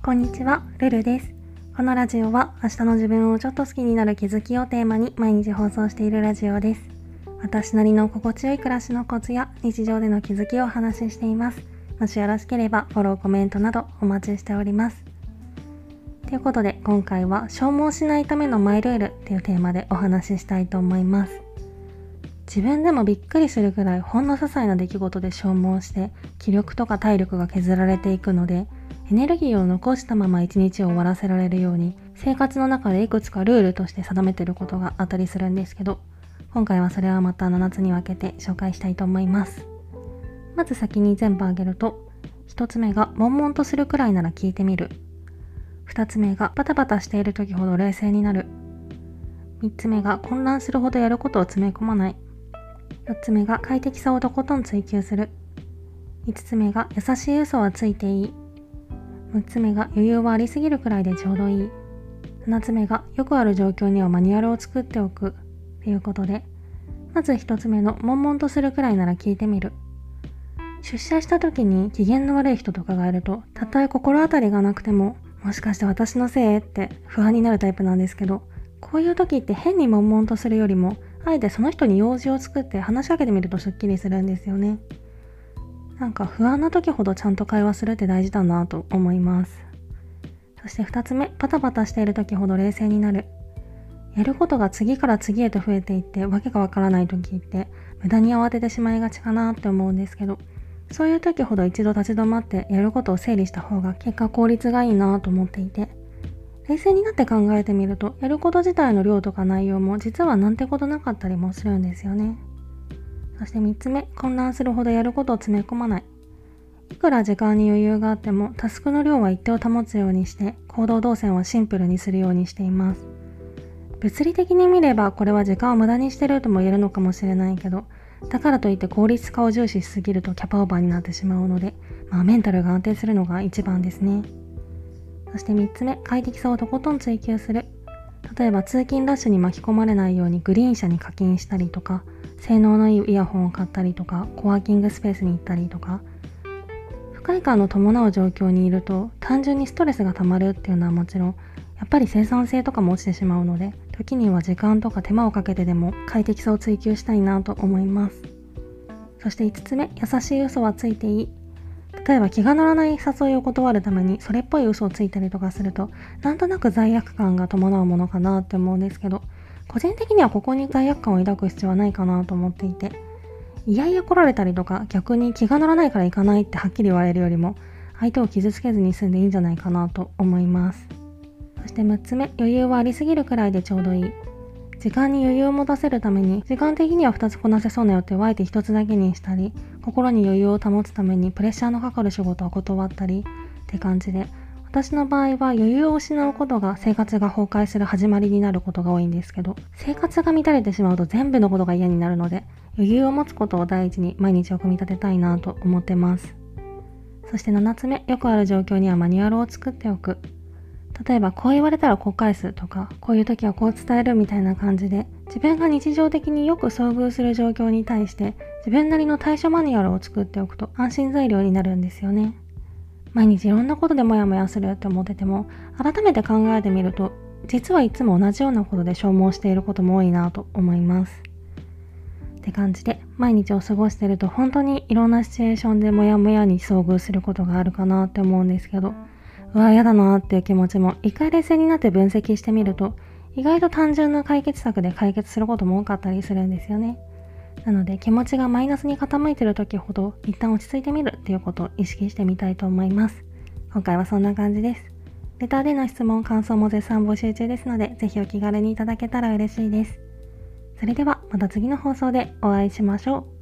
こんにちは、ルルです。このラジオは明日の自分をちょっと好きになる気づきをテーマに毎日放送しているラジオです。私なりの心地よい暮らしのコツや日常での気づきをお話ししています。もしよろしければフォロー、コメントなどお待ちしております。ということで今回は消耗しないためのマイルールっていうテーマでお話ししたいと思います。自分でもびっくりするくらいほんの些細な出来事で消耗して気力とか体力が削られていくので、エネルギーを残したまま一日を終わらせられるように生活の中でいくつかルールとして定めていることがあったりするんですけど、今回はそれはまた7つに分けて紹介したいと思います。まず先に全部挙げると、1つ目が悶々とするくらいなら聞いてみる。2つ目がバタバタしている時ほど冷静になる。3つ目が混乱するほどやることを詰め込まない。4つ目が快適さをとことん追求する。5つ目が優しい嘘はついていい。6つ目が余裕はありすぎるくらいでちょうどいい。7つ目がよくある状況にはマニュアルを作っておくということで、まず1つ目の悶々とするくらいなら聞いてみる。出社した時に機嫌の悪い人とかがいると、たとえ心当たりがなくても、もしかして私のせいって不安になるタイプなんですけど、こういう時って変に悶々とするよりも、あえてその人に用事を作って話しかけてみるとすっきりするんですよね。なんか不安な時ほどちゃんと会話するって大事だなと思います。そして2つ目、バタバタしている時ほど冷静になる。やることが次から次へと増えていってわけがわからない時って無駄に慌ててしまいがちかなって思うんですけど、そういう時ほど一度立ち止まってやることを整理した方が結果効率がいいなと思っていて、冷静になって考えてみるとやること自体の量とか内容も実はなんてことなかったりもするんですよね。そして3つ目、混乱するほどやることを詰め込まない。いくら時間に余裕があってもタスクの量は一定を保つようにして行動動線はシンプルにするようにしています。物理的に見ればこれは時間を無駄にしてるとも言えるのかもしれないけど、だからといって効率化を重視しすぎるとキャパオーバーになってしまうので、メンタルが安定するのが一番ですね。そして3つ目、快適さをとことん追求する。例えば通勤ラッシュに巻き込まれないようにグリーン車に課金したりとか、性能のいいイヤホンを買ったりとか、コワーキングスペースに行ったりとか、不快感の伴う状況にいると単純にストレスが溜まるっていうのはもちろん、やっぱり生産性とかも落ちてしまうので、時には時間とか手間をかけてでも快適さを追求したいなと思います。そして5つ目、優しい嘘はついていい。例えば気が乗らない誘いを断るためにそれっぽい嘘をついたりとかすると、なんとなく罪悪感が伴うものかなって思うんですけど、個人的にはここに罪悪感を抱く必要はないかなと思っていて、いやいや来られたりとか逆に気が乗らないから行かないってはっきり言われるよりも、相手を傷つけずに済んでいいんじゃないかなと思います。そして6つ目、余裕はありすぎるくらいでちょうどいい。時間に余裕を持たせるために時間的には2つこなせそうな予定をあえて1つだけにしたり、心に余裕を保つためにプレッシャーのかかる仕事を断ったりって感じで、私の場合は余裕を失うことが生活が崩壊する始まりになることが多いんですけど、生活が乱れてしまうと全部のことが嫌になるので、余裕を持つことを第一に毎日を組み立てたいなと思ってます。そして7つ目、よくある状況にはマニュアルを作っておく。例えばこう言われたらこう返すとか、こういう時はこう伝えるみたいな感じで、自分が日常的によく遭遇する状況に対して自分なりの対処マニュアルを作っておくと安心材料になるんですよね。毎日いろんなことでモヤモヤするって思ってても、改めて考えてみると実はいつも同じようなことで消耗していることも多いなと思います。って感じで毎日を過ごしていると本当にいろんなシチュエーションでモヤモヤに遭遇することがあるかなって思うんですけど、嫌だなーっていう気持ちも一回冷静になって分析してみると、意外と単純な解決策で解決することも多かったりするんですよね。なので気持ちがマイナスに傾いている時ほど一旦落ち着いてみるっていうことを意識してみたいと思います。今回はそんな感じです。レターでの質問、感想も絶賛募集中ですので、ぜひお気軽にいただけたら嬉しいです。それではまた次の放送でお会いしましょう。